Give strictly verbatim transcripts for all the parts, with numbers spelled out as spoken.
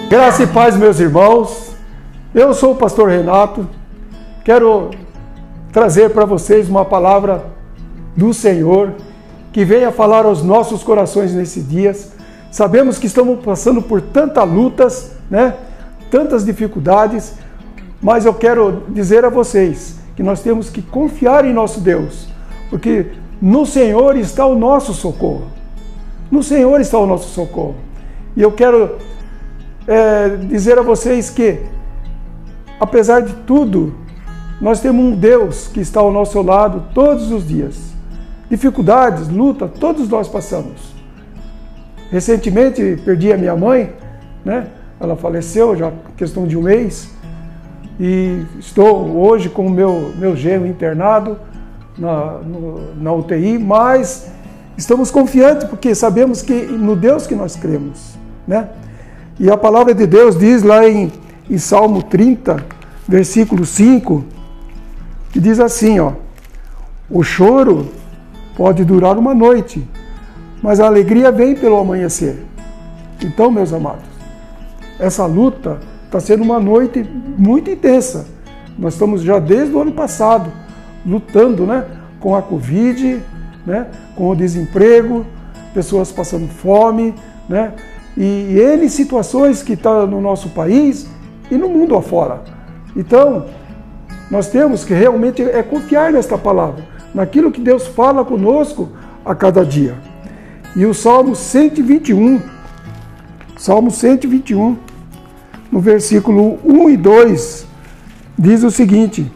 Graça e paz, meus irmãos. Eu sou o pastor Renato. Quero trazer para vocês uma palavra do Senhor que venha falar aos nossos corações nesses dias. Sabemos que estamos passando por tantas lutas, né? Tantas dificuldades, mas eu quero dizer a vocês que nós temos que confiar em nosso Deus, porque no Senhor está o nosso socorro. No Senhor está o nosso socorro. E eu quero é, dizer a vocês que, apesar de tudo, nós temos um Deus que está ao nosso lado todos os dias. Dificuldades, luta, todos nós passamos. Recentemente perdi a minha mãe, né? Ela faleceu já questão de um mês. E estou hoje com o meu, meu genro internado na, no, na U T I, mas estamos confiantes porque sabemos que no Deus que nós cremos, né? E a palavra de Deus diz lá em, em Salmo trinta, versículo cinco, que diz assim, ó: o choro pode durar uma noite, mas a alegria vem pelo amanhecer. Então, meus amados, essa luta está sendo uma noite muito intensa. Nós estamos já desde o ano passado lutando, né, com a Covid, né, com o desemprego, pessoas passando fome, né, e N situações que estão no nosso país e no mundo afora. Então, nós temos que realmente é confiar nesta palavra, naquilo que Deus fala conosco a cada dia. E o Salmo cento e vinte e um, Salmo cento e vinte e um, no versículo um e dois, diz o seguinte: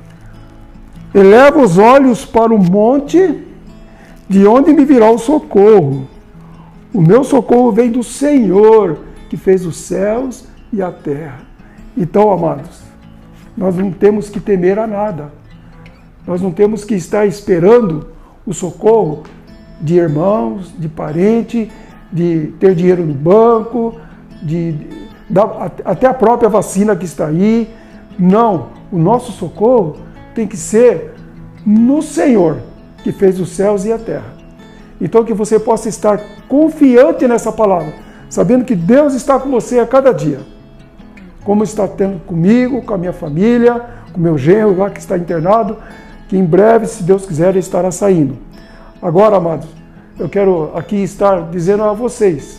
eleva os olhos para o monte, de onde me virá o socorro. O meu socorro vem do Senhor, que fez os céus e a terra. Então, amados, nós não temos que temer a nada. Nós não temos que estar esperando o socorro de irmãos, de parente, de ter dinheiro no banco, de, de, da, até a própria vacina que está aí. Não, o nosso socorro tem que ser no Senhor, que fez os céus e a terra. Então que você possa estar confiante nessa palavra, sabendo que Deus está com você a cada dia, como está tendo comigo, com a minha família, com o meu genro lá que está internado, que em breve, se Deus quiser, ele estará saindo. Agora, amados, eu quero aqui estar dizendo a vocês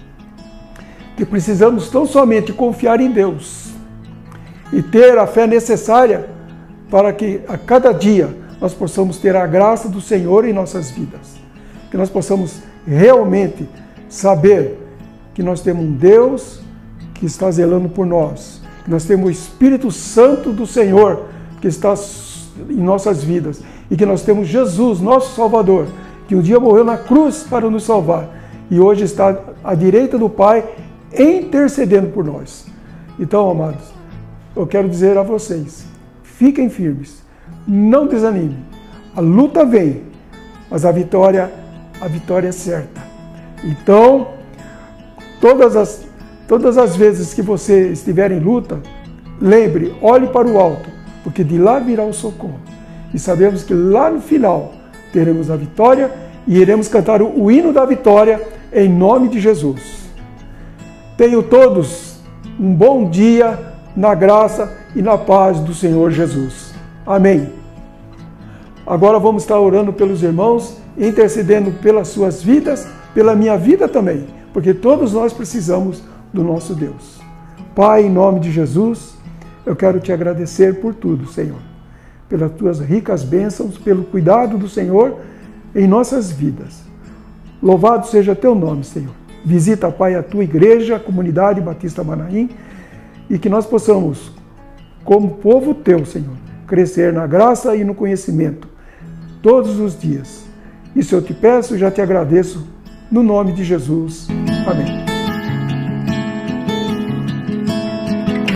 que precisamos tão somente confiar em Deus e ter a fé necessária para que a cada dia nós possamos ter a graça do Senhor em nossas vidas. Que nós possamos realmente saber que nós temos um Deus que está zelando por nós, que nós temos o Espírito Santo do Senhor que está em nossas vidas e que nós temos Jesus, nosso Salvador, que um dia morreu na cruz para nos salvar e hoje está à direita do Pai intercedendo por nós. Então, amados, eu quero dizer a vocês, fiquem firmes, não desanimem. A luta vem, mas a vitória, a vitória é certa. Então, todas as, todas as vezes que você estiver em luta, lembre, olhe para o alto, porque de lá virá o socorro. E sabemos que lá no final teremos a vitória e iremos cantar o, o hino da vitória em nome de Jesus. Tenham todos um bom dia na graça e na paz do Senhor Jesus. Amém. Agora vamos estar orando pelos irmãos, intercedendo pelas suas vidas, pela minha vida também, porque todos nós precisamos do nosso Deus. Pai, em nome de Jesus, eu quero te agradecer por tudo, Senhor, pelas tuas ricas bênçãos, pelo cuidado do Senhor em nossas vidas. Louvado seja teu nome, Senhor. Visita, Pai, a tua igreja, a comunidade Batista Manaim, e que nós possamos, como povo teu, Senhor, crescer na graça e no conhecimento todos os dias. Isso eu te peço e já te agradeço, no nome de Jesus. Amém.